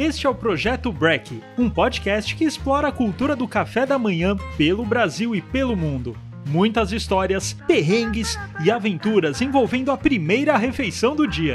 Este é o Projeto Break, um podcast que explora a cultura do café da manhã pelo Brasil e pelo mundo. Muitas histórias, perrengues e aventuras envolvendo a primeira refeição do dia.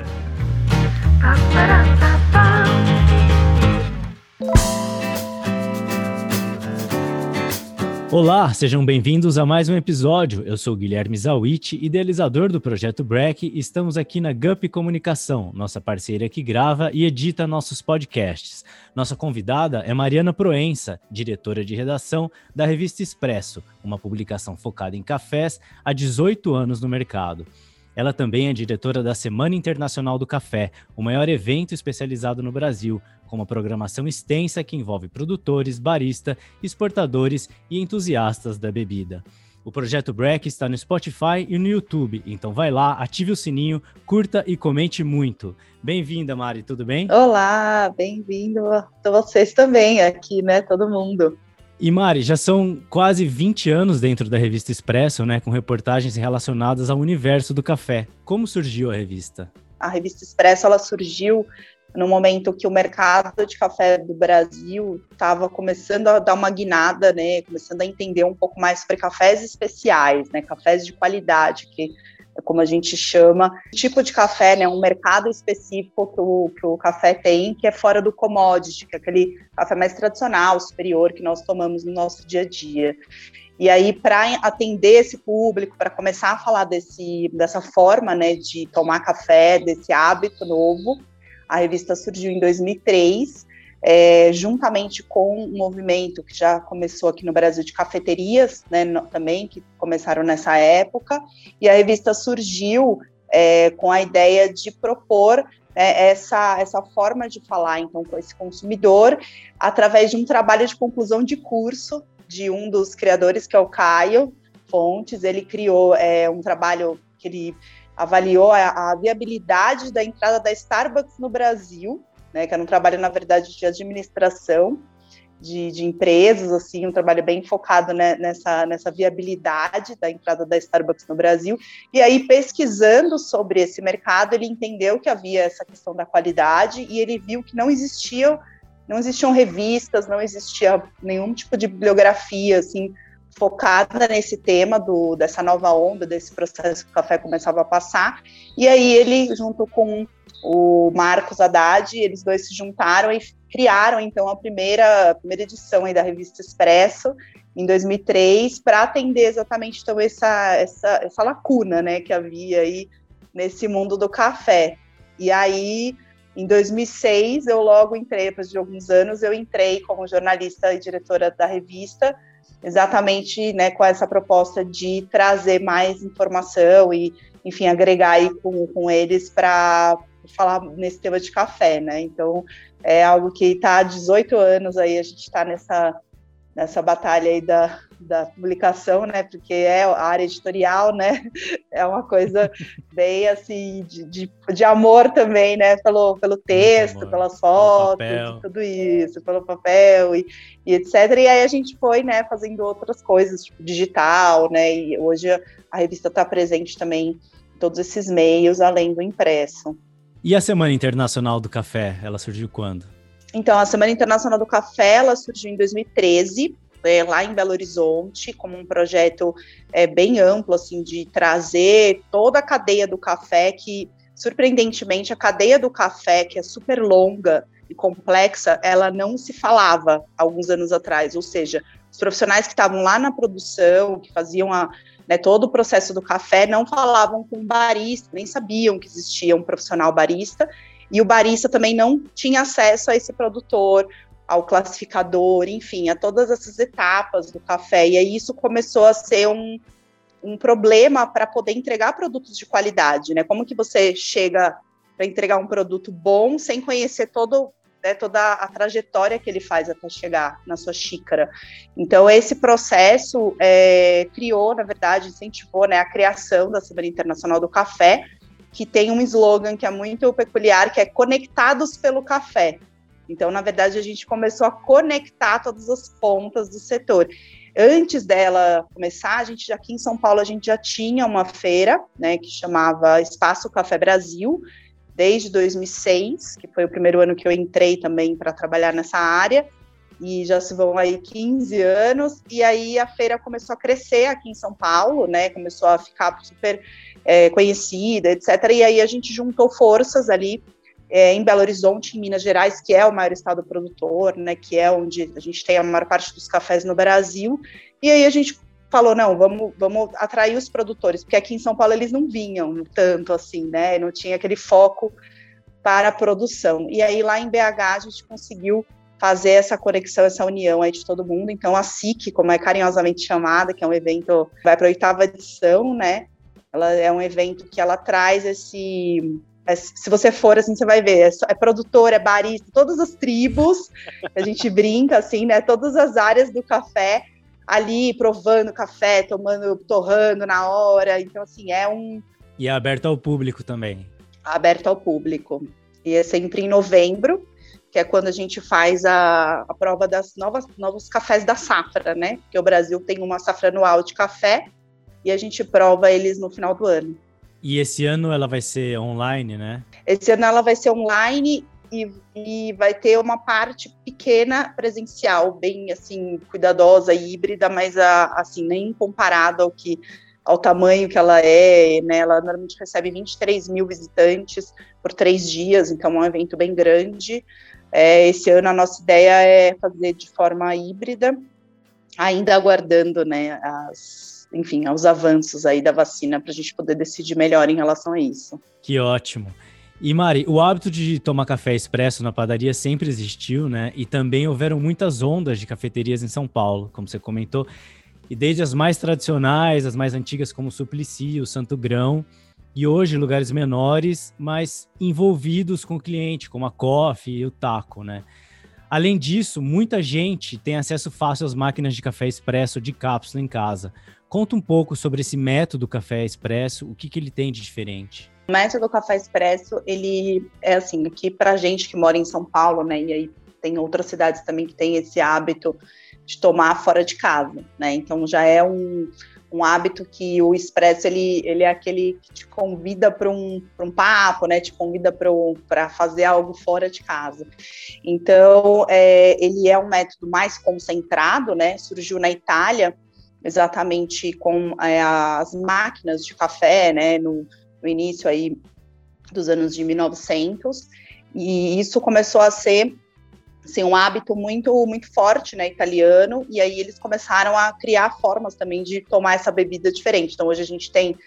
Olá, sejam bem-vindos a mais um episódio. Eu sou Guilherme Zawitch, idealizador do Projeto Break, e estamos aqui na Gup Comunicação, nossa parceira que grava e edita nossos podcasts. Nossa convidada é Mariana Proença, diretora de redação da revista Expresso, uma publicação focada em cafés há 18 anos no mercado. Ela também é diretora da Semana Internacional do Café, o maior evento especializado no Brasil, com uma programação extensa que envolve produtores, baristas, exportadores e entusiastas da bebida. O Projeto Break está no Spotify e no YouTube, então vai lá, ative o sininho, curta e comente muito. Bem-vinda, Mari, tudo bem? Olá, bem-vindo a vocês também aqui, né, todo mundo. E Mari, já são quase 20 anos dentro da revista Expresso, né, com reportagens relacionadas ao universo do café. Como surgiu a revista? A revista Expresso, ela surgiu no momento que o mercado de café do Brasil estava começando a dar uma guinada, né, começando a entender um pouco mais sobre cafés especiais, né, cafés de qualidade, que é como a gente chama, tipo de café, né, um mercado específico que o café tem, que é fora do commodity, que é aquele café mais tradicional, superior, que nós tomamos no nosso dia a dia. E aí, para atender esse público, para começar a falar dessa forma, né, de tomar café, desse hábito novo, a revista surgiu em 2003, juntamente com um movimento que já começou aqui no Brasil de cafeterias, né, também, que começaram nessa época, e a revista surgiu com a ideia de propor essa forma de falar, então, com esse consumidor, através de um trabalho de conclusão de curso de um dos criadores, que é o Caio Fontes. Ele criou um trabalho que ele avaliou a viabilidade da entrada da Starbucks no Brasil, né, que era um trabalho, na verdade, de administração de empresas, assim, um trabalho bem focado, né, nessa viabilidade da entrada da Starbucks no Brasil. E aí, pesquisando sobre esse mercado, ele entendeu que havia essa questão da qualidade e ele viu que não existiam revistas, não existia nenhum tipo de bibliografia, assim, focada nesse tema dessa nova onda, desse processo que o café começava a passar. E aí ele, junto com o Marcos Haddad, eles dois se juntaram e criaram, então, a primeira edição aí da revista Expresso, em 2003, para atender exatamente, então, essa lacuna, né, que havia aí nesse mundo do café. E aí, em 2006, eu logo entrei, depois de alguns anos, eu entrei como jornalista e diretora da revista, exatamente, né, com essa proposta de trazer mais informação e, enfim, agregar aí com eles para falar nesse tema de café, né? Então, é algo que está há 18 anos aí, a gente está nessa batalha aí da publicação, né, porque é a área editorial, né, é uma coisa bem, assim, de amor também, né, pelo texto, pelas fotos, tudo isso, pelo papel e etc. E aí a gente foi, né, fazendo outras coisas, tipo digital, né, e hoje a revista está presente também em todos esses meios, além do impresso. E a Semana Internacional do Café, ela surgiu quando? Então, a Semana Internacional do Café, ela surgiu em 2013, lá em Belo Horizonte, como um projeto bem amplo, assim, de trazer toda a cadeia do café, que, surpreendentemente, a cadeia do café, que é super longa e complexa, ela não se falava alguns anos atrás, ou seja, os profissionais que estavam lá na produção, que faziam todo o processo do café, não falavam com o barista, nem sabiam que existia um profissional barista, e o barista também não tinha acesso a esse produtor, ao classificador, enfim, a todas essas etapas do café. E aí isso começou a ser um problema para poder entregar produtos de qualidade, né? Como que você chega para entregar um produto bom sem conhecer toda a trajetória que ele faz até chegar na sua xícara. Então, esse processo criou, na verdade, incentivou, né, a criação da Semana Internacional do Café, que tem um slogan que é muito peculiar, que é Conectados pelo Café. Então, na verdade, a gente começou a conectar todas as pontas do setor. Antes dela começar, aqui em São Paulo, a gente já tinha uma feira, né, que chamava Espaço Café Brasil, desde 2006, que foi o primeiro ano que eu entrei também para trabalhar nessa área, e já se vão aí 15 anos, e aí a feira começou a crescer aqui em São Paulo, né, começou a ficar super conhecida, etc., e aí a gente juntou forças ali em Belo Horizonte, em Minas Gerais, que é o maior estado produtor, né, que é onde a gente tem a maior parte dos cafés no Brasil, e aí a gente falou, não, vamos atrair os produtores, porque aqui em São Paulo eles não vinham tanto assim, né, não tinha aquele foco para a produção, e aí lá em BH a gente conseguiu fazer essa conexão, essa união aí de todo mundo. Então a SIC, como é carinhosamente chamada, que é um evento, vai para a 8ª edição, né, ela é um evento que ela traz esse... Se você for, assim, você vai ver, é produtor, é barista, todas as tribos, a gente brinca, assim, né, todas as áreas do café, ali, provando café, torrando na hora, então, assim, E é aberto ao público também. Aberto ao público. E é sempre em novembro, que é quando a gente faz a prova das novos cafés da safra, né, porque o Brasil tem uma safra anual de café, e a gente prova eles no final do ano. E esse ano ela vai ser online, né? Esse ano ela vai ser online e vai ter uma parte pequena presencial, bem assim, cuidadosa e híbrida, mas assim, nem comparado ao tamanho que ela é, né? Ela normalmente recebe 23 mil visitantes por 3 dias, então é um evento bem grande. Esse ano a nossa ideia é fazer de forma híbrida, ainda aguardando, né, os avanços aí da vacina para a gente poder decidir melhor em relação a isso. Que ótimo. E Mari, o hábito de tomar café expresso na padaria sempre existiu, né? E também houveram muitas ondas de cafeterias em São Paulo, como você comentou. E desde as mais tradicionais, as mais antigas como o Suplicy, o Santo Grão, e hoje lugares menores, mas envolvidos com o cliente, como a Coffee e o Taco, né? Além disso, muita gente tem acesso fácil às máquinas de café expresso de cápsula em casa. Conta um pouco sobre esse método café expresso, o que ele tem de diferente? O método café expresso, ele é assim, aqui pra gente que mora em São Paulo, né, e aí tem outras cidades também que tem esse hábito de tomar fora de casa, né, então já é um hábito que o expresso, ele é aquele que te convida para um papo, né, te convida para fazer algo fora de casa. Então, ele é um método mais concentrado, né, surgiu na Itália, exatamente com as máquinas de café, né, no início aí dos anos de 1900, e isso começou a ser assim, um hábito muito, muito forte, né, italiano, e aí eles começaram a criar formas também de tomar essa bebida diferente. Então hoje a gente tem,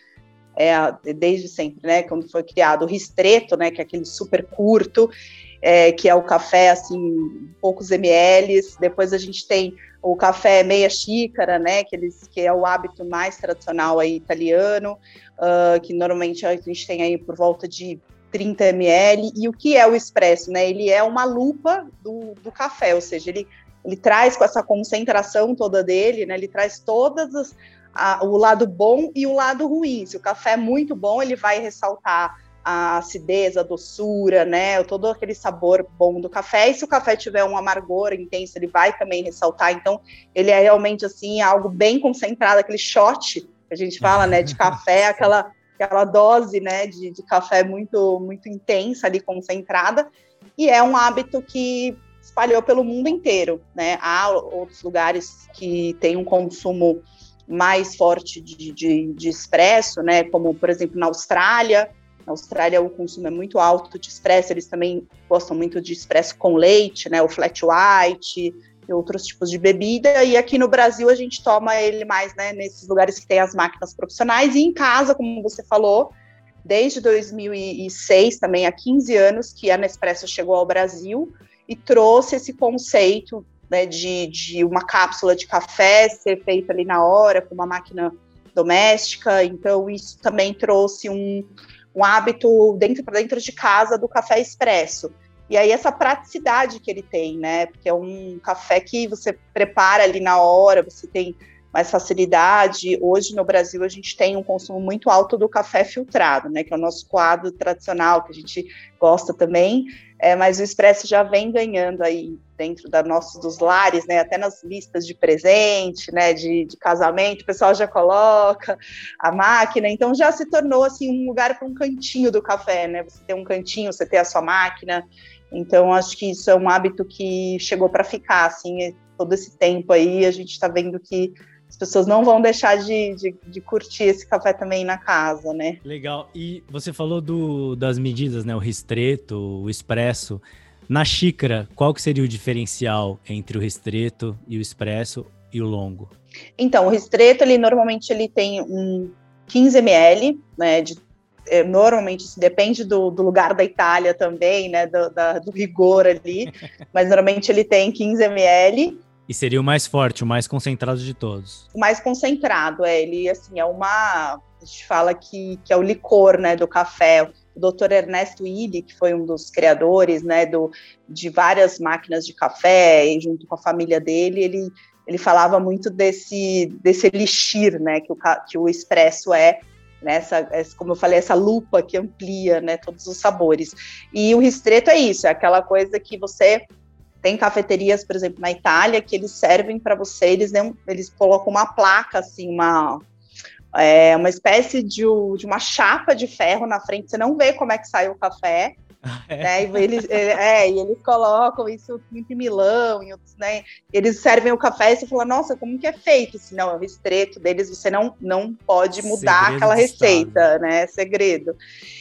desde sempre, né, quando foi criado o ristretto, né, que é aquele super curto, que é o café, assim, poucos ml, depois a gente tem o café meia xícara, né, que é o hábito mais tradicional aí italiano, que normalmente a gente tem aí por volta de 30 ml, e o que é o expresso, né, ele é uma lupa do café, ou seja, ele traz com essa concentração toda dele, né, ele traz todas o lado bom e o lado ruim. Se o café é muito bom, ele vai ressaltar a acidez, a doçura, né, todo aquele sabor bom do café, e se o café tiver um amargor intenso, ele vai também ressaltar. Então, ele é realmente, assim, algo bem concentrado, aquele shot que a gente fala, né, de café, aquela dose, né, de café muito, muito intensa ali, concentrada, e é um hábito que espalhou pelo mundo inteiro, né. Há outros lugares que têm um consumo mais forte de expresso, né, como, por exemplo, na Austrália. Na Austrália o consumo é muito alto de expresso, eles também gostam muito de expresso com leite, né, o flat white e outros tipos de bebida, e aqui no Brasil a gente toma ele mais, né, nesses lugares que tem as máquinas profissionais, e em casa, como você falou, desde 2006, também há 15 anos que a Nespresso chegou ao Brasil e trouxe esse conceito, né, de uma cápsula de café ser feita ali na hora, com uma máquina doméstica. Então isso também trouxe um hábito dentro de casa do café expresso. E aí essa praticidade que ele tem, né? Porque é um café que você prepara ali na hora, você tem mais facilidade. Hoje, no Brasil, a gente tem um consumo muito alto do café filtrado, né, que é o nosso coado tradicional, que a gente gosta também, mas o expresso já vem ganhando aí dentro dos lares, né, até nas listas de presente, né, de casamento, o pessoal já coloca a máquina, então já se tornou, assim, um lugar para um cantinho do café, né, você tem um cantinho, você tem a sua máquina, então acho que isso é um hábito que chegou para ficar, assim, todo esse tempo aí, a gente está vendo que as pessoas não vão deixar de curtir esse café também na casa, né? Legal. E você falou das medidas, né? O ristretto, o expresso. Na xícara, qual que seria o diferencial entre o ristretto e o expresso e o longo? Então, o ristretto, normalmente ele tem 15 ml, né? Normalmente isso depende do lugar da Itália também, né? Do rigor ali, mas normalmente ele tem 15 ml. E seria o mais forte, o mais concentrado de todos. O mais concentrado, ele, assim, a gente fala que é o licor, né, do café. O Dr. Ernesto Willi, que foi um dos criadores, né, de várias máquinas de café, e junto com a família dele, ele falava muito desse elixir, né, que o expresso é, né, como eu falei, essa lupa que amplia, né, todos os sabores. E o ristretto é isso, é aquela coisa que você... Tem cafeterias, por exemplo, na Itália, que eles servem para você, eles colocam uma placa, assim, uma espécie de uma chapa de ferro na frente, você não vê como é que sai o café, né? E eles colocam isso muito em Milão, né? Eles servem o café e você fala, nossa, como que é feito? Assim, não, é o ristretto deles, você não pode mudar Segredo aquela receita, né? Segredo.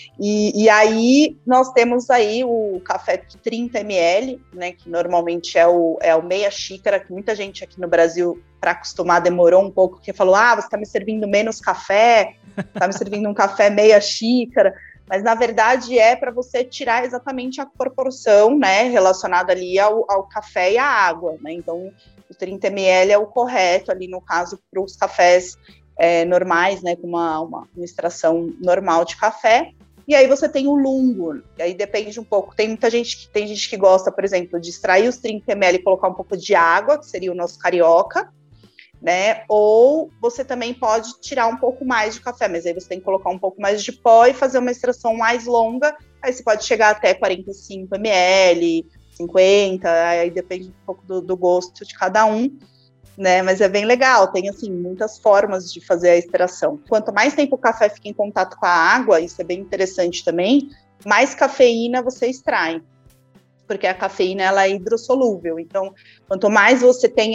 E aí, nós temos aí o café de 30 ml, né, que normalmente é o meia xícara, que muita gente aqui no Brasil, para acostumar, demorou um pouco, porque falou, você está me servindo menos café, está me servindo um café meia xícara, mas na verdade é para você tirar exatamente a proporção, né, relacionada ali ao café e à água, né, então o 30 ml é o correto ali, no caso, para os cafés normais, né, com uma extração normal de café. E aí você tem o lungo, e aí depende um pouco. Tem gente que gosta, por exemplo, de extrair os 30 ml e colocar um pouco de água, que seria o nosso carioca, né? Ou você também pode tirar um pouco mais de café, mas aí você tem que colocar um pouco mais de pó e fazer uma extração mais longa. Aí você pode chegar até 45 ml, 50, aí depende um pouco do gosto de cada um. Né, mas é bem legal, tem assim muitas formas de fazer a extração. Quanto mais tempo o café fica em contato com a água, isso é bem interessante também, mais cafeína você extrai, porque a cafeína ela é hidrossolúvel, então quanto mais você tem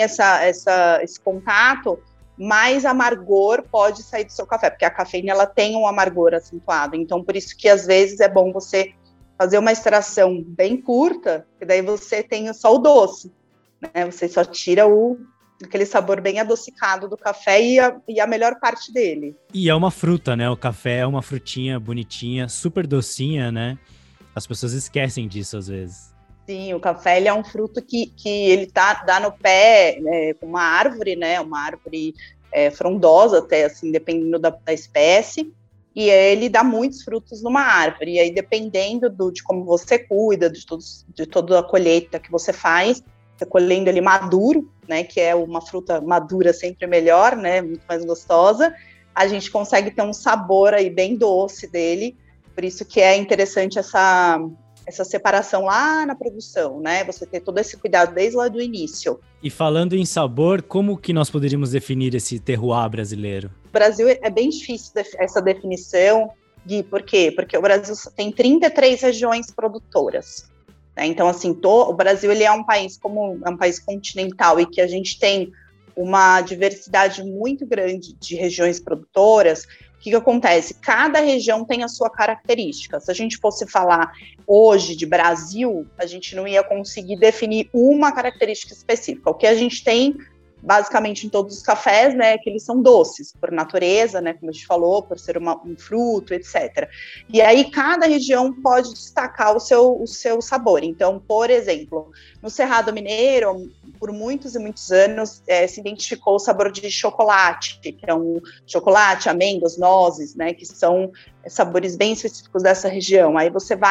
esse contato, mais amargor pode sair do seu café, porque a cafeína ela tem um amargor acentuado, então por isso que às vezes é bom você fazer uma extração bem curta, que daí você tem só o doce, né, você só tira aquele sabor bem adocicado do café e a melhor parte dele. E é uma fruta, né? O café é uma frutinha bonitinha, super docinha, né? As pessoas esquecem disso às vezes. Sim, o café ele é um fruto que ele dá no pé, né, com uma árvore, né? Uma árvore frondosa até, assim, dependendo da espécie. E ele dá muitos frutos numa árvore. E aí, dependendo de como você cuida, de toda a colheita que você faz, você colhendo ele maduro, né, que é uma fruta madura sempre melhor, né, muito mais gostosa, a gente consegue ter um sabor aí bem doce dele, por isso que é interessante essa separação lá na produção, né, você ter todo esse cuidado desde lá do início. E falando em sabor, como que nós poderíamos definir esse terroir brasileiro? O Brasil é bem difícil essa definição, Gui, por quê? Porque o Brasil tem 33 regiões produtoras. Então, assim, o Brasil ele é um país continental e que a gente tem uma diversidade muito grande de regiões produtoras. O que acontece? Cada região tem a sua característica. Se a gente fosse falar hoje de Brasil, a gente não ia conseguir definir uma característica específica. O que a gente tem, basicamente, em todos os cafés, né, que eles são doces, por natureza, né, como a gente falou, por ser um fruto, etc. E aí, cada região pode destacar o seu sabor. Então, por exemplo, no Cerrado Mineiro, por muitos e muitos anos, se identificou o sabor de chocolate, que é um chocolate, amêndoas, nozes, né, que são sabores bem específicos dessa região. Aí você vai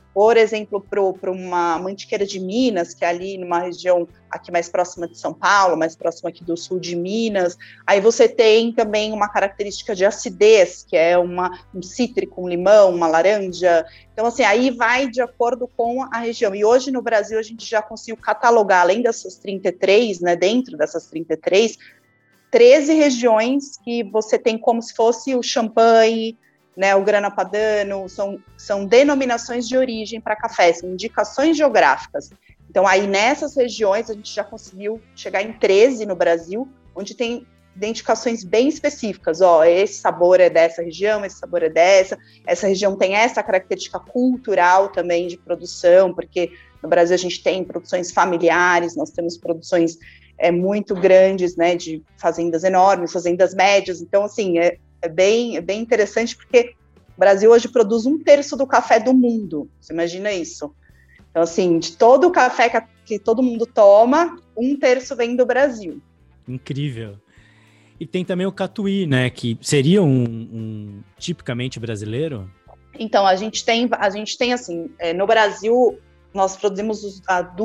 por exemplo, para uma Mantiqueira de Minas, que é ali numa região aqui mais próxima de São Paulo, mais próxima aqui do sul de Minas. Aí você tem também uma característica de acidez, que é um cítrico, um limão, uma laranja. Então, assim, aí vai de acordo com a região. E hoje no Brasil a gente já conseguiu catalogar, além dessas 33, né, dentro dessas 33, 13 regiões que você tem como se fosse o champanhe, né, o grana padano, são denominações de origem para café, são indicações geográficas. Então, aí nessas regiões, a gente já conseguiu chegar em 13 no Brasil, onde tem identificações bem específicas. Esse sabor é dessa região, esse sabor é essa região tem essa característica cultural também de produção, porque no Brasil a gente tem produções familiares, nós temos produções muito grandes, né, de fazendas enormes, fazendas médias. Então, assim, é bem interessante, porque o Brasil hoje produz 1/3 do café do mundo. Você imagina isso? Então, assim, de todo o café que todo mundo toma, 1/3 vem do Brasil. Incrível. E tem também o catuí, né? Que seria um tipicamente brasileiro? Então, a gente tem assim, no Brasil, nós produzimos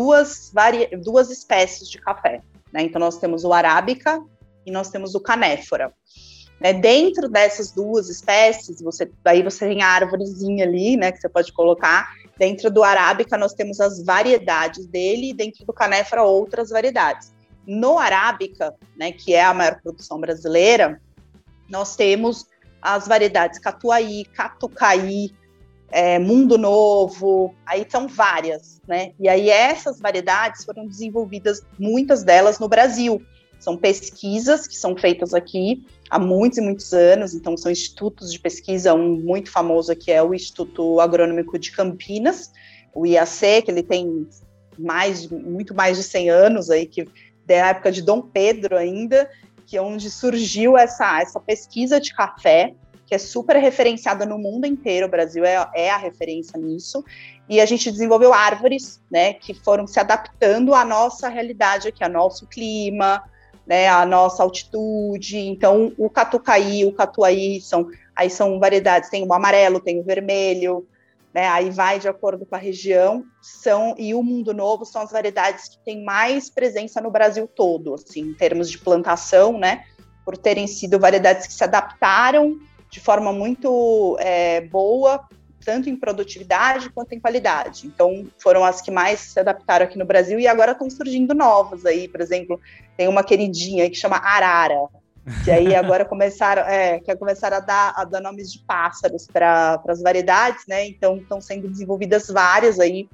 duas espécies de café, né? Então, nós temos o arábica e nós temos o canéfora. Dentro dessas duas espécies, você tem a árvorezinha ali, né, que você pode colocar. Dentro do arábica, nós temos as variedades dele, e dentro do canéfora, outras variedades. No arábica, né, que é a maior produção brasileira, nós temos as variedades catuaí, catucaí, mundo novo, aí são várias, né? E aí essas variedades foram desenvolvidas, muitas delas no Brasil. São pesquisas que são feitas aqui há muitos e muitos anos, então são institutos de pesquisa, um muito famoso aqui é o Instituto Agronômico de Campinas, o IAC, que ele tem muito mais de 100 anos, aí, que da época de Dom Pedro ainda, que é onde surgiu essa pesquisa de café, que é super referenciada no mundo inteiro, o Brasil é a referência nisso, e a gente desenvolveu árvores, né, que foram se adaptando à nossa realidade aqui, ao nosso clima, né, a nossa altitude. Então, o catucaí, o catuaí são variedades, tem o amarelo, tem o vermelho, né, aí vai de acordo com a região, e o mundo novo são as variedades que têm mais presença no Brasil todo, assim, em termos de plantação, né, por terem sido variedades que se adaptaram de forma muito boa, tanto em produtividade quanto em qualidade. Então, foram as que mais se adaptaram aqui no Brasil, e agora estão surgindo novas aí, por exemplo, tem uma queridinha aí que chama arara, que aí agora começaram a dar nomes de pássaros para as variedades, né? Então, estão sendo desenvolvidas várias aí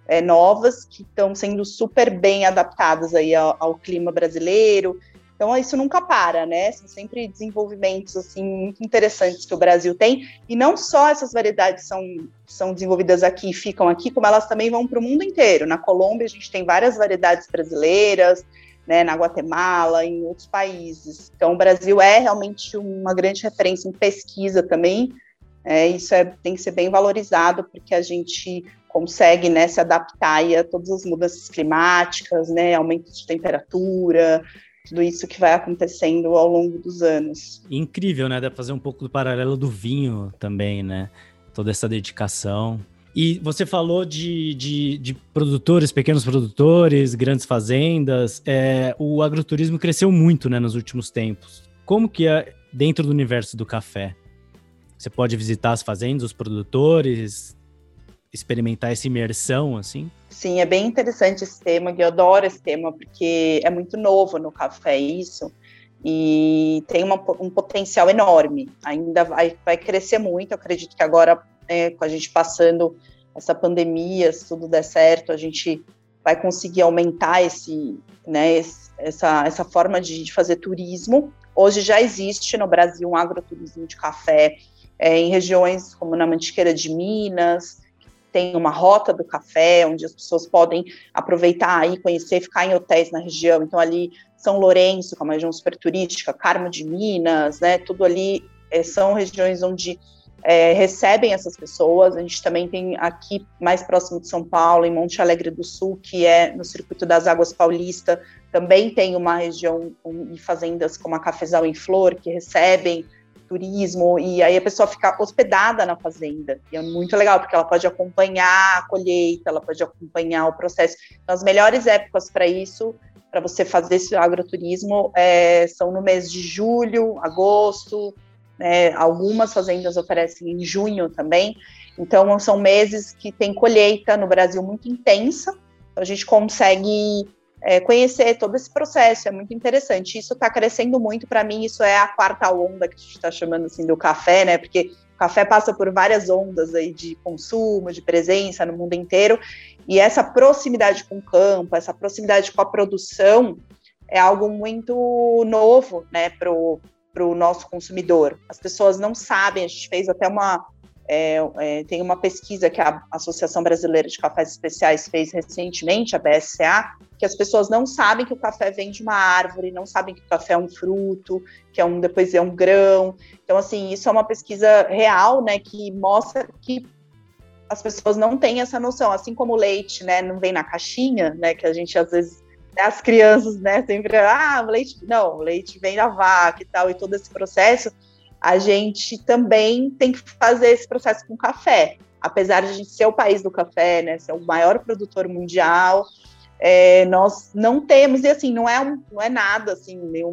novas, que estão sendo super bem adaptadas aí ao clima brasileiro. Então, isso nunca para, né? São sempre desenvolvimentos, assim, muito interessantes que o Brasil tem. E não só essas variedades são desenvolvidas aqui e ficam aqui, como elas também vão para o mundo inteiro. Na Colômbia, a gente tem várias variedades brasileiras, né? Na Guatemala, em outros países. Então, o Brasil é realmente uma grande referência em pesquisa também. Isso tem que ser bem valorizado, porque a gente consegue, né, se adaptar aí a todas as mudanças climáticas, né? Aumento de temperatura, tudo isso que vai acontecendo ao longo dos anos. Incrível, né? Dá pra fazer um pouco do paralelo do vinho também, né? Toda essa dedicação. E você falou de produtores, pequenos produtores, grandes fazendas. O agroturismo cresceu muito, né, nos últimos tempos. Como que é dentro do universo do café? Você pode visitar as fazendas, os produtores, experimentar essa imersão, assim? Sim, é bem interessante esse tema, eu adoro esse tema, porque é muito novo no café isso, e tem um potencial enorme, ainda vai crescer muito. Eu acredito que agora, com a gente passando essa pandemia, se tudo der certo, a gente vai conseguir aumentar essa forma de fazer turismo. Hoje já existe no Brasil um agroturismo de café, em regiões como na Mantiqueira de Minas, tem uma rota do café, onde as pessoas podem aproveitar aí, conhecer, ficar em hotéis na região. Então, ali, São Lourenço, que é uma região super turística, Carmo de Minas, né, tudo ali são regiões onde recebem essas pessoas. A gente também tem aqui, mais próximo de São Paulo, em Monte Alegre do Sul, que é no Circuito das Águas Paulista, também tem uma região e fazendas como a Cafezal em Flor, que recebem turismo, e aí a pessoa fica hospedada na fazenda, e é muito legal, porque ela pode acompanhar a colheita, ela pode acompanhar o processo. Então, as melhores épocas para isso, para você fazer esse agroturismo, são no mês de julho, agosto, né? Algumas fazendas oferecem em junho também, então são meses que tem colheita no Brasil muito intensa, então a gente consegue conhecer todo esse processo, é muito interessante. Isso está crescendo muito, para mim isso é a quarta onda que a gente está chamando assim do café, né? Porque o café passa por várias ondas aí de consumo, de presença no mundo inteiro, e essa proximidade com o campo, essa proximidade com a produção é algo muito novo, né, para o nosso consumidor. As pessoas não sabem, a gente fez até tem uma pesquisa que a Associação Brasileira de Cafés Especiais fez recentemente, a BSCA, que as pessoas não sabem que o café vem de uma árvore, não sabem que o café é um fruto, que depois é um grão. Então, assim, isso é uma pesquisa real, né, que mostra que as pessoas não têm essa noção, assim como o leite, né, não vem na caixinha, né, que a gente às vezes, as crianças, né, sempre, o leite vem da vaca e tal, e todo esse processo, a gente também tem que fazer esse processo com café. Apesar de a gente ser o país do café, né, ser o maior produtor mundial, nós não temos, e assim, não é nada, assim, nenhum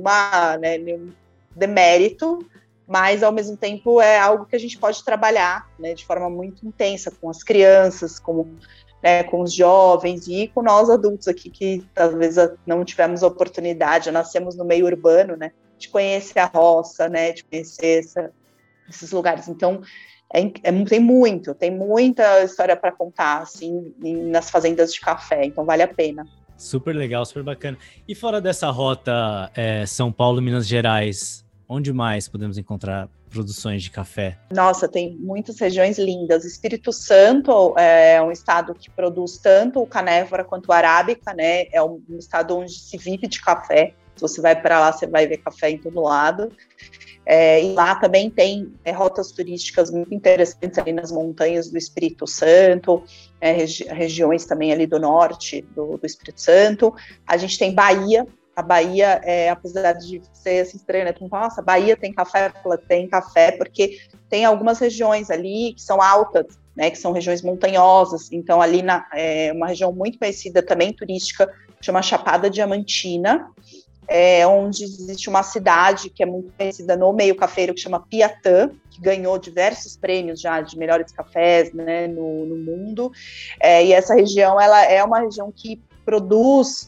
demérito, mas ao mesmo tempo é algo que a gente pode trabalhar, né, de forma muito intensa com as crianças, com os jovens e com nós adultos aqui que talvez não tivemos oportunidade, nascemos no meio urbano, né, de conhecer a roça, né, de conhecer esses lugares. Então, tem muita história para contar, assim, nas fazendas de café, então vale a pena. Super legal, super bacana. E fora dessa rota São Paulo, Minas Gerais, onde mais podemos encontrar produções de café? Nossa, tem muitas regiões lindas. Espírito Santo é um estado que produz tanto o canéfora quanto o arábica, né? É um estado onde se vive de café. Se você vai para lá, você vai ver café em todo lado. E lá também tem rotas turísticas muito interessantes ali nas montanhas do Espírito Santo, regiões também ali do norte do Espírito Santo. A gente tem Bahia. A Bahia, apesar de ser assim, estranho, né? Nossa, Bahia tem café? Tem café, porque tem algumas regiões ali que são altas, né? Que são regiões montanhosas. Então, ali uma região muito conhecida também turística, chama Chapada Diamantina, onde existe uma cidade que é muito conhecida no meio cafeiro, que chama Piatã, que ganhou diversos prêmios já de melhores cafés, né, no mundo. E essa região, ela é uma região que produz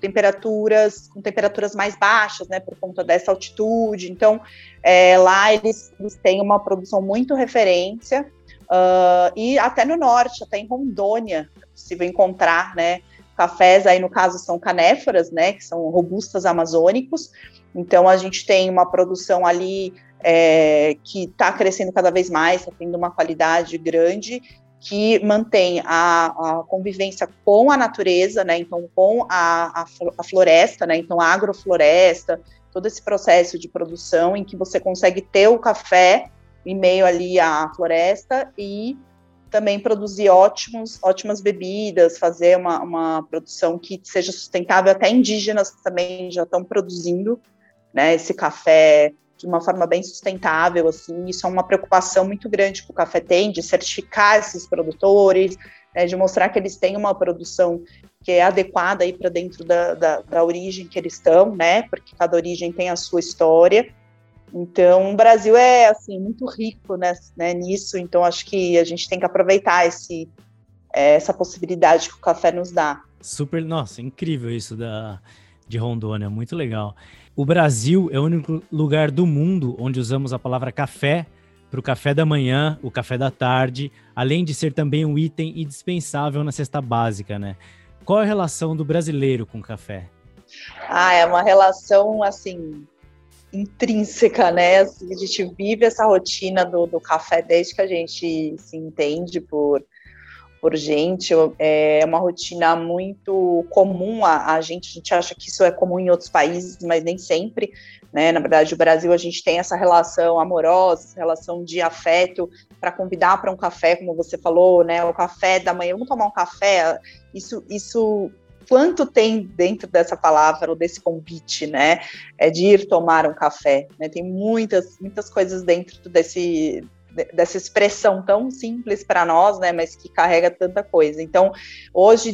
com temperaturas mais baixas, né, por conta dessa altitude. Então, lá eles têm uma produção muito referência, e até no norte, até em Rondônia, é possível encontrar, né, cafés, aí no caso são canéforas, né, que são robustas amazônicos. Então, a gente tem uma produção ali que está crescendo cada vez mais, está tendo uma qualidade grande, que mantém a convivência com a natureza, né, então com a floresta, né, então a agrofloresta, todo esse processo de produção em que você consegue ter o café em meio ali à floresta e também produzir ótimas bebidas, fazer uma produção que seja sustentável. Até indígenas também já estão produzindo, né, esse café de uma forma bem sustentável, assim. Isso é uma preocupação muito grande que o café tem, de certificar esses produtores, né, de mostrar que eles têm uma produção que é adequada aí para dentro da origem que eles estão, né, porque cada origem tem a sua história. Então, o Brasil é, assim, muito rico, né, nisso, então acho que a gente tem que aproveitar essa possibilidade que o café nos dá. Super, nossa, incrível isso de Rondônia, muito legal. O Brasil é o único lugar do mundo onde usamos a palavra café para o café da manhã, o café da tarde, além de ser também um item indispensável na cesta básica, né? Qual é a relação do brasileiro com o café? É uma relação, assim, intrínseca, né? A gente vive essa rotina do café desde que a gente se entende por gente, é uma rotina muito comum a gente acha que isso é comum em outros países, mas nem sempre, né? Na verdade, o Brasil, a gente tem essa relação amorosa, essa relação de afeto, para convidar para um café, como você falou, né? O café da manhã, vamos tomar um café, isso quanto tem dentro dessa palavra ou desse convite, né? De ir tomar um café, né? Tem muitas coisas dentro dessa expressão tão simples para nós, né, mas que carrega tanta coisa. Então, hoje,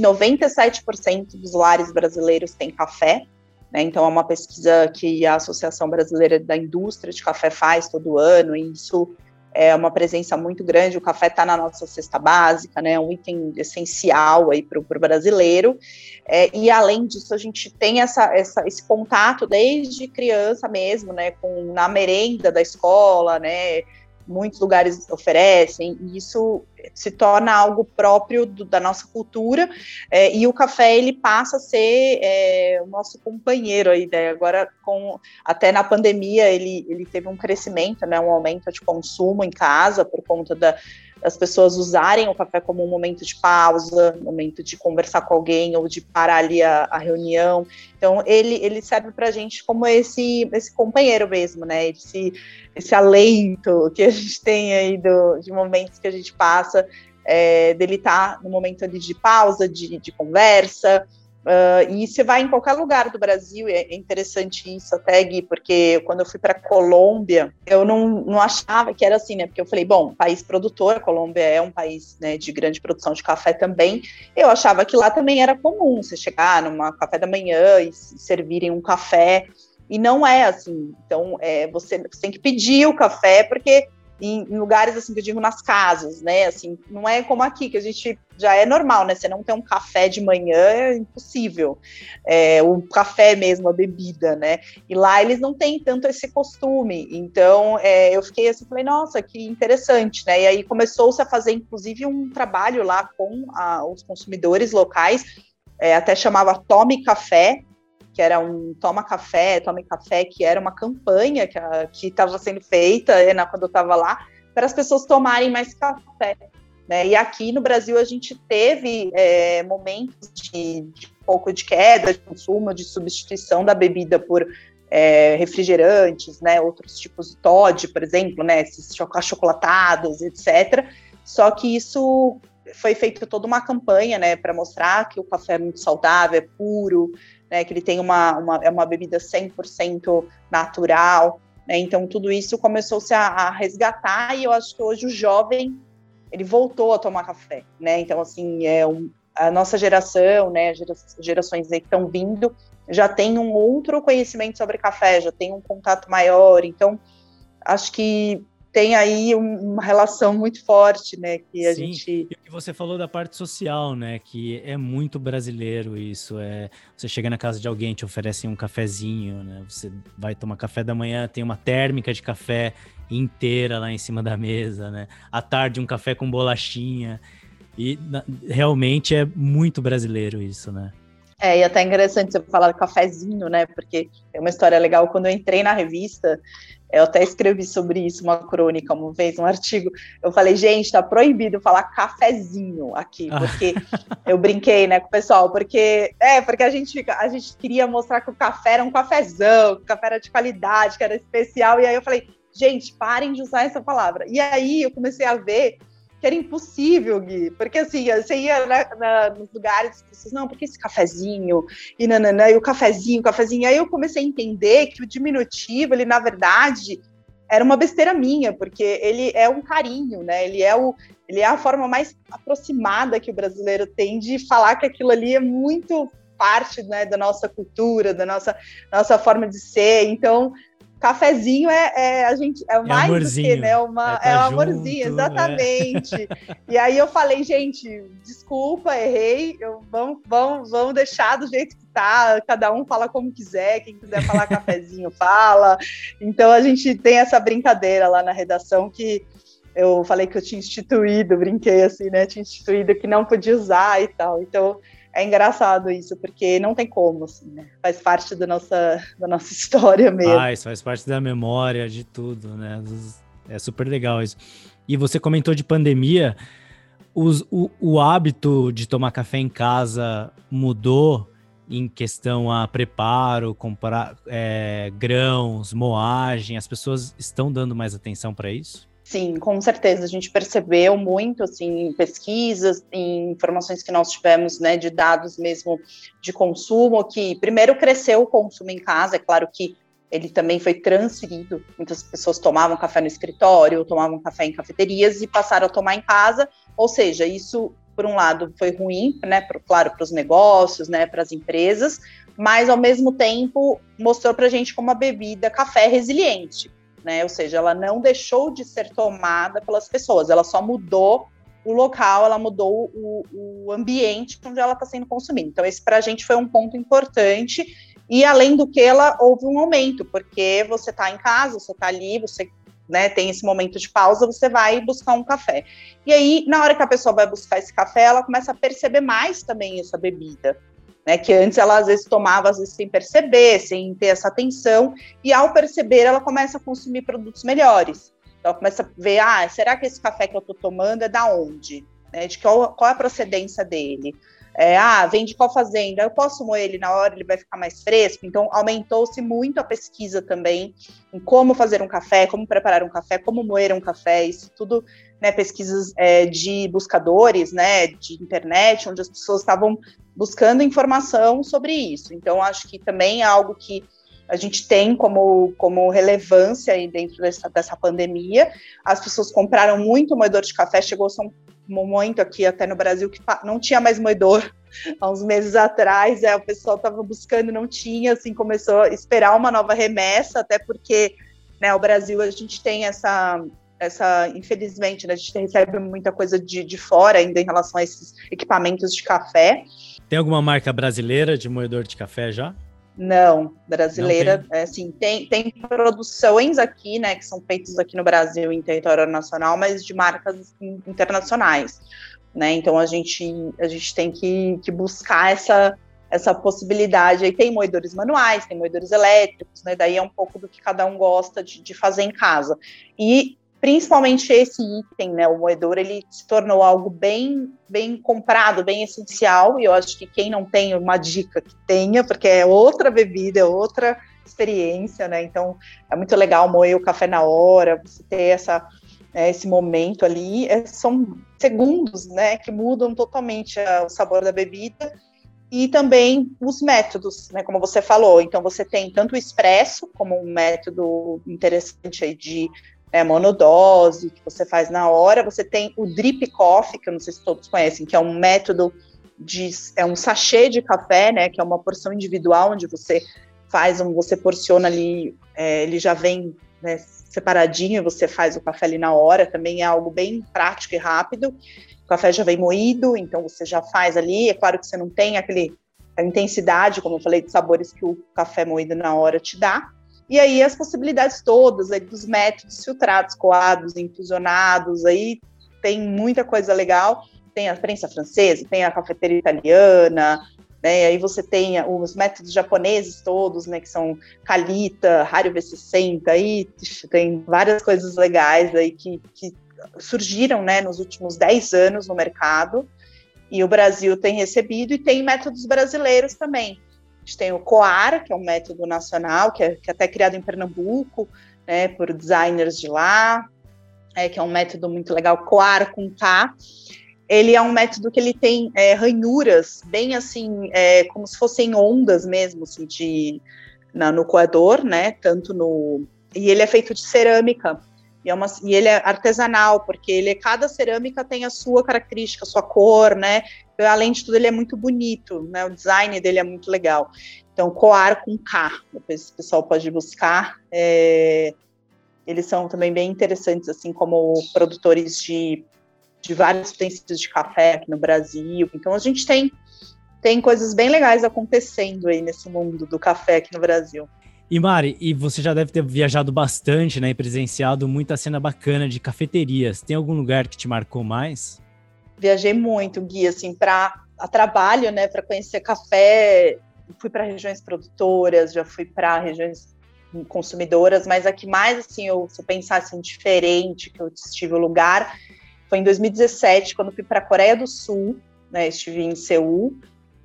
97% dos lares brasileiros têm café, né, então é uma pesquisa que a Associação Brasileira da Indústria de Café faz todo ano, e isso é uma presença muito grande. O café está na nossa cesta básica, né, um item essencial aí para o brasileiro, e além disso a gente tem esse contato desde criança mesmo, né, na merenda da escola, né, muitos lugares oferecem, e isso se torna algo próprio da nossa cultura, e o café, ele passa a ser o nosso companheiro aí, né? Agora, até na pandemia, ele teve um crescimento, né, um aumento de consumo em casa, por conta das pessoas usarem o café como um momento de pausa, um momento de conversar com alguém, ou de parar ali a reunião. Então, ele serve para a gente como esse companheiro mesmo, né? Esse alento que a gente tem aí de momentos que a gente passa, dele estar no momento ali de pausa, de conversa. E você vai em qualquer lugar do Brasil, é interessante isso até, Gui, porque quando eu fui para a Colômbia, eu não achava que era assim, né? Porque eu falei, bom, país produtor, a Colômbia é um país, né, de grande produção de café também. Eu achava que lá também era comum você chegar numa café da manhã e servirem um café, e não é assim. Então, você tem que pedir o café, porque em lugares, assim, que eu digo, nas casas, né, assim, não é como aqui, que a gente já é normal, né, você não ter um café de manhã é impossível, o café mesmo, a bebida, né, e lá eles não têm tanto esse costume. Então, eu fiquei assim, falei, nossa, que interessante, né, e aí começou-se a fazer, inclusive, um trabalho lá com os consumidores locais, até chamava Tome Café, que era um Tome Café, que era uma campanha que estava sendo feita, quando eu estava lá, para as pessoas tomarem mais café, né? E aqui no Brasil a gente teve momentos de um pouco de queda de consumo, de substituição da bebida por refrigerantes, né? Outros tipos de Toddy, por exemplo, né? Esses achocolatados, etc. Só que isso foi feito toda uma campanha, né, para mostrar que o café é muito saudável, é puro, né, que ele tem uma bebida 100% natural, né, então tudo isso começou-se a resgatar, e eu acho que hoje o jovem, ele voltou a tomar café, né, então assim, a nossa geração, né, as gerações aí que estão vindo, já tem um outro conhecimento sobre café, já tem um contato maior, então acho que tem aí uma relação muito forte, né, que a gente... E o que você falou da parte social, né, que é muito brasileiro isso, você chega na casa de alguém, te oferecem um cafezinho, né, você vai tomar café da manhã, tem uma térmica de café inteira lá em cima da mesa, né, à tarde um café com bolachinha, e realmente é muito brasileiro isso, né. E até é interessante você falar cafezinho, né, porque é uma história legal. Quando eu entrei na revista, eu até escrevi sobre isso, uma crônica uma vez, um artigo, eu falei, gente, tá proibido falar cafezinho aqui, porque eu brinquei, né, com o pessoal, porque a gente queria mostrar que o café era um cafezão, que o café era de qualidade, que era especial, e aí eu falei, gente, parem de usar essa palavra. E aí eu comecei a ver que era impossível, Gui, porque assim, você ia nos lugares, vocês, não, porque esse cafezinho, e nananã, e o cafezinho, aí eu comecei a entender que o diminutivo, ele, na verdade, era uma besteira minha, porque ele é um carinho, né, ele é a forma mais aproximada que o brasileiro tem de falar que aquilo ali é muito parte, né, da nossa cultura, da nossa forma de ser. Então, cafezinho é mais amorzinho, do que, né? Um amorzinho, junto, exatamente. E aí eu falei, gente, desculpa, errei. Vamos deixar do jeito que tá. Cada um fala como quiser. Quem quiser falar cafezinho, fala. Então a gente tem essa brincadeira lá na redação que eu falei que eu tinha instituído, brinquei assim, né? Tinha instituído que não podia usar e tal. Então é engraçado isso, porque não tem como, assim, né? Faz parte da nossa história mesmo. Faz parte da memória, de tudo, né? É super legal isso. E você comentou de pandemia, o hábito de tomar café em casa mudou em questão a preparo, comprar grãos, moagem, as pessoas estão dando mais atenção para isso? Sim, com certeza, a gente percebeu muito, assim, em pesquisas, em informações que nós tivemos, né, de dados mesmo de consumo, que primeiro cresceu o consumo em casa, é claro que ele também foi transferido, muitas pessoas tomavam café no escritório, tomavam café em cafeterias e passaram a tomar em casa, ou seja, isso, por um lado, foi ruim, né, claro, para os negócios, né, para as empresas, mas, ao mesmo tempo, mostrou para a gente como a bebida café é resiliente, né? Ou seja, ela não deixou de ser tomada pelas pessoas, ela só mudou o local, ela mudou o ambiente onde ela está sendo consumida. Então, esse para a gente foi um ponto importante, e além do que, houve um aumento, porque você está em casa, você está ali, você, né, tem esse momento de pausa, você vai buscar um café. E aí, na hora que a pessoa vai buscar esse café, ela começa a perceber mais também essa bebida, né, que antes ela às vezes tomava, às vezes sem perceber, sem ter essa atenção, e ao perceber ela começa a consumir produtos melhores. Então ela começa a ver, será que esse café que eu estou tomando é da onde? Né, de qual é a procedência dele? Vem de qual fazenda? Eu posso moer ele na hora, ele vai ficar mais fresco? Então aumentou-se muito a pesquisa também em como fazer um café, como preparar um café, como moer um café, isso tudo, né, pesquisas de buscadores, né, de internet, onde as pessoas estavam buscando informação sobre isso. Então, acho que também é algo que a gente tem como relevância aí dentro dessa pandemia. As pessoas compraram muito moedor de café, chegou-se um momento aqui até no Brasil que não tinha mais moedor. Há uns meses atrás, o pessoal estava buscando, não tinha, assim, começou a esperar uma nova remessa, até porque, né, o Brasil, a gente tem essa infelizmente, né, a gente recebe muita coisa de fora ainda em relação a esses equipamentos de café. Tem alguma marca brasileira de moedor de café já? Não, brasileira, assim, tem produções aqui, né, que são feitas aqui no Brasil, em território nacional, mas de marcas internacionais, né, então a gente tem que buscar essa possibilidade. Aí tem moedores manuais, tem moedores elétricos, né, daí é um pouco do que cada um gosta de fazer em casa. E principalmente esse item, né, o moedor, ele se tornou algo bem comprado, bem essencial, e eu acho que quem não tem uma dica que tenha, porque é outra bebida, é outra experiência, né, então é muito legal moer o café na hora, você ter esse momento ali, são segundos, né, que mudam totalmente o sabor da bebida, e também os métodos, né, como você falou, então você tem tanto o expresso, como um método interessante aí de monodose, que você faz na hora. Você tem o drip coffee, que eu não sei se todos conhecem, que é um método é um sachê de café, né, que é uma porção individual, onde você você porciona ali, ele já vem, né, separadinho, você faz o café ali na hora, também é algo bem prático e rápido. O café já vem moído, então você já faz ali, é claro que você não tem a intensidade, como eu falei, de sabores que o café moído na hora te dá. E aí as possibilidades todas aí dos métodos filtrados, coados, infusionados, aí tem muita coisa legal. Tem a prensa francesa, tem a cafeteira italiana, né? Aí você tem os métodos japoneses todos, né? Que são Kalita, Hario V60, aí tem várias coisas legais aí que surgiram, né, nos últimos 10 anos no mercado. E o Brasil tem recebido, e tem métodos brasileiros também. A gente tem o COAR, que é um método nacional, que é até criado em Pernambuco, né, por designers de lá, que é um método muito legal, COAR com K. Ele é um método que ele tem ranhuras, bem assim, como se fossem ondas mesmo, assim, no coador, né, e ele é feito de cerâmica, e ele é artesanal, porque cada cerâmica tem a sua característica, a sua cor, né, além de tudo ele é muito bonito, né, o design dele é muito legal. Então, Coar com K, depois o pessoal pode buscar, eles são também bem interessantes, assim, como produtores de vários utensílios de café aqui no Brasil. Então, a gente tem coisas bem legais acontecendo aí nesse mundo do café aqui no Brasil. E Mari, você já deve ter viajado bastante, né, e presenciado muita cena bacana de cafeterias. Tem algum lugar que te marcou mais? Viajei muito, Gui, assim, a trabalho, né, para conhecer café. Fui para regiões produtoras, já fui para regiões consumidoras, mas a que mais, assim, se eu pensar assim, diferente, que eu estive no lugar, foi em 2017, quando fui para a Coreia do Sul, né, estive em Seul.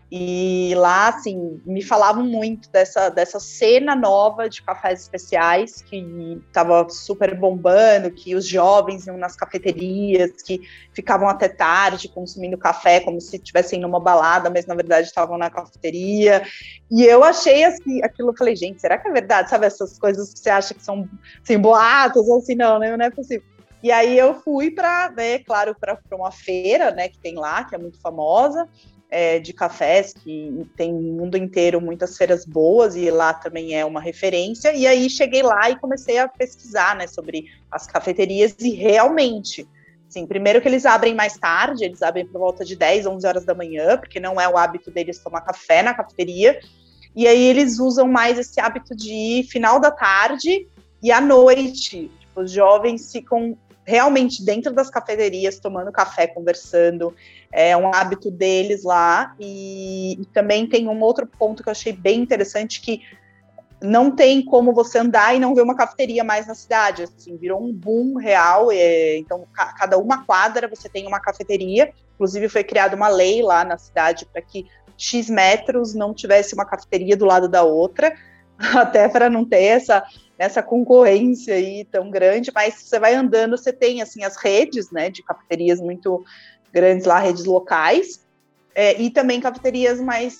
E lá, assim, me falavam muito dessa cena nova de cafés especiais, que estava super bombando, que os jovens iam nas cafeterias, que ficavam até tarde consumindo café, como se estivessem numa balada, mas na verdade estavam na cafeteria. E eu achei assim, aquilo, eu falei, gente, será que é verdade? Sabe, essas coisas que você acha que são assim, boatos, ou assim, não é possível. E aí eu fui para, né, claro, para uma feira, né, que tem lá, que é muito famosa, de cafés, que tem no mundo inteiro muitas feiras boas, e lá também é uma referência. E aí cheguei lá e comecei a pesquisar, né, sobre as cafeterias, e realmente, assim, primeiro que eles abrem mais tarde, eles abrem por volta de 10, 11 horas da manhã, porque não é o hábito deles tomar café na cafeteria, e aí eles usam mais esse hábito de ir final da tarde e à noite. Tipo, os jovens ficam realmente dentro das cafeterias, tomando café, conversando, é um hábito deles lá. E também tem um outro ponto que eu achei bem interessante, que não tem como você andar e não ver uma cafeteria mais na cidade, assim, virou um boom real, então cada uma quadra você tem uma cafeteria, inclusive foi criada uma lei lá na cidade para que X metros não tivesse uma cafeteria do lado da outra, até para não ter essa concorrência aí tão grande, mas você vai andando, você tem assim as redes, né, de cafeterias muito grandes lá, redes locais, e também cafeterias mais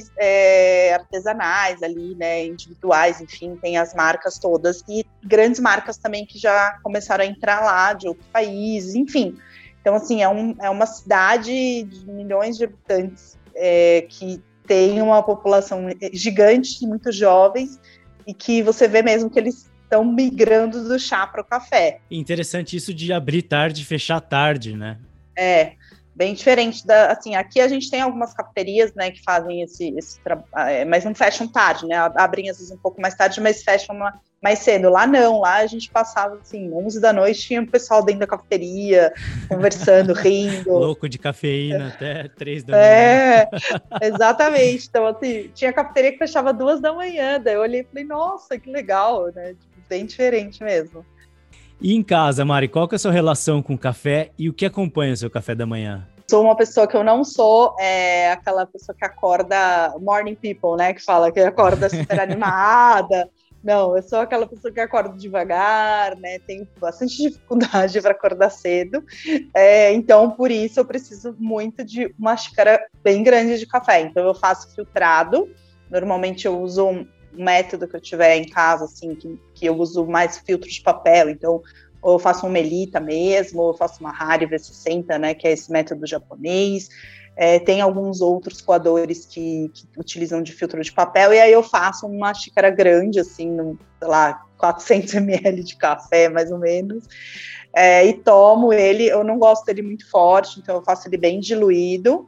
artesanais ali, né, individuais, enfim, tem as marcas todas, e grandes marcas também que já começaram a entrar lá de outros países, enfim. Então, assim, é uma cidade de milhões de habitantes que tem uma população gigante, muito jovens, e que você vê mesmo que eles estão migrando do chá para o café. Interessante isso de abrir tarde e fechar tarde, né? Bem diferente assim, aqui a gente tem algumas cafeterias, né, que fazem esse trabalho, mas não fecham tarde, né, abrem às vezes um pouco mais tarde, mas fecham mais cedo. Lá não, lá a gente passava, assim, 11 da noite, tinha o pessoal dentro da cafeteria, conversando, rindo. Louco de cafeína até 3 da manhã. Exatamente. Então, assim, tinha cafeteria que fechava 2 da manhã, daí eu olhei e falei, nossa, que legal, né, tipo, bem diferente mesmo. E em casa, Mari, qual que é a sua relação com o café e o que acompanha o seu café da manhã? Sou uma pessoa que eu não sou aquela pessoa que acorda morning people, né? Que fala que acorda super animada. Não, eu sou aquela pessoa que acorda devagar, né? Tenho bastante dificuldade para acordar cedo. Então, por isso, eu preciso muito de uma xícara bem grande de café. Então, eu faço filtrado. Normalmente, eu uso um método que eu tiver em casa, assim, que eu uso mais filtro de papel. Então, ou eu faço um Melita mesmo, ou eu faço uma Hari V60, né, que é esse método japonês. Tem alguns outros coadores que utilizam de filtro de papel, e aí eu faço uma xícara grande, assim, sei lá, 400 ml de café, mais ou menos, e tomo ele. Eu não gosto dele muito forte, então eu faço ele bem diluído,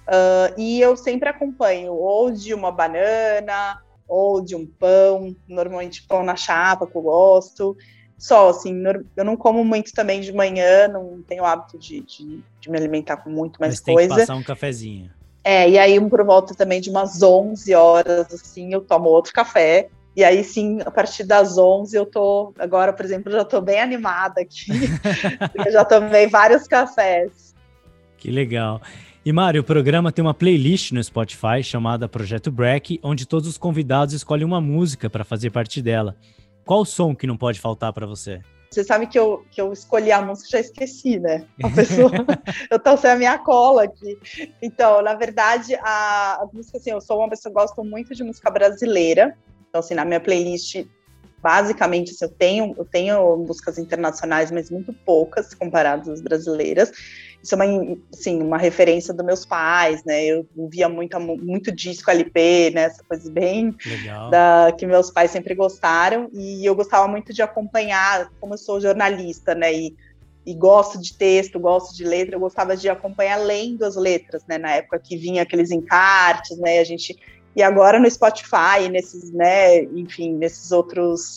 e eu sempre acompanho ou de uma banana, ou de um pão, normalmente pão na chapa, que eu gosto. Só, assim, eu não como muito também de manhã, não tenho hábito de me alimentar com muito mais coisa. Mas tem que passar um cafezinho. E aí por volta também de umas 11 horas, assim, eu tomo outro café. E aí, sim, a partir das 11 eu tô, agora, por exemplo, já tô bem animada aqui. Eu já tomei vários cafés. Que legal. E, Mari, o programa tem uma playlist no Spotify chamada Projeto Break, onde todos os convidados escolhem uma música para fazer parte dela. Qual o som que não pode faltar para você? Você sabe que eu escolhi a música e já esqueci, né? A pessoa, eu tô sem a minha cola aqui. Então, na verdade, a música, assim, eu sou uma pessoa que gosto muito de música brasileira. Então, assim, na minha playlist, basicamente, assim, eu tenho músicas internacionais, mas muito poucas comparadas às brasileiras. Isso é uma referência dos meus pais, né? Eu ouvia muito disco LP, né? Essa coisa bem que meus pais sempre gostaram. E eu gostava muito de acompanhar, como eu sou jornalista, né? E gosto de texto, gosto de letra, eu gostava de acompanhar lendo as letras, né? Na época que vinha aqueles encartes, né? E agora no Spotify, nesses, né? Enfim, nesses outros...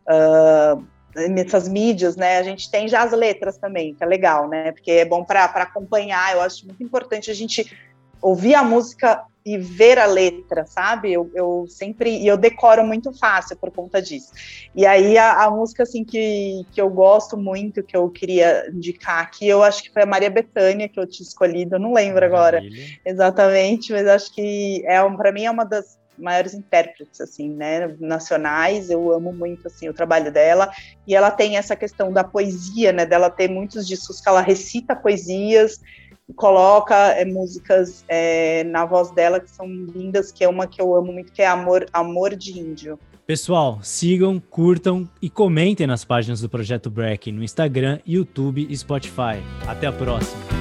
nessas mídias, né, a gente tem já as letras também, que é legal, né, porque é bom para acompanhar. Eu acho muito importante a gente ouvir a música e ver a letra, sabe? Eu sempre, e eu decoro muito fácil por conta disso. E aí a música, assim, que eu gosto muito, que eu queria indicar aqui, eu acho que foi a Maria Bethânia que eu tinha escolhido, eu não lembro agora exatamente, mas acho que para mim é uma das maiores intérpretes, assim, né, nacionais. Eu amo muito, assim, o trabalho dela, e ela tem essa questão da poesia, né, dela ter muitos discos que ela recita poesias, coloca músicas na voz dela que são lindas, que é uma que eu amo muito, que é Amor de Índio. Pessoal, sigam, curtam e comentem nas páginas do Projeto Break no Instagram, YouTube e Spotify. Até a próxima!